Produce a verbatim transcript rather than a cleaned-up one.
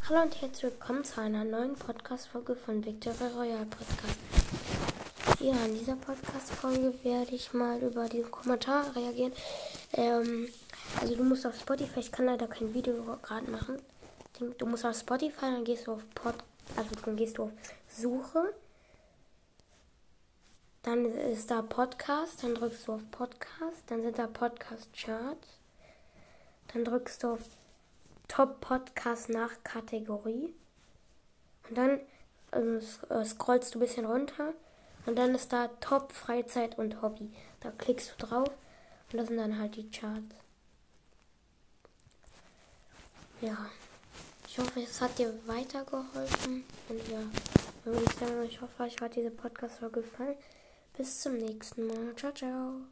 Hallo und herzlich willkommen zu einer neuen Podcast-Folge von Victory Royale Podcast. Ja, in dieser Podcast-Folge werde ich mal über diesen Kommentar reagieren. Ähm, also du musst auf Spotify, ich kann leider kein Video gerade machen. Du musst auf Spotify, dann gehst du auf Pod, also dann gehst du auf Suche. Dann ist da Podcast, dann drückst du auf Podcast, dann sind da Podcast-Charts. Dann drückst du auf Top-Podcast nach Kategorie. Und dann äh, scrollst du ein bisschen runter. Und dann ist da Top, Freizeit und Hobby. Da klickst du drauf und das sind dann halt die Charts. Ja, ich hoffe, es hat dir weitergeholfen. Und ja, dann würde ich sagen, ich hoffe, euch hat diese Podcast-Folge gefallen. Bis zum nächsten Mal. Ciao, ciao.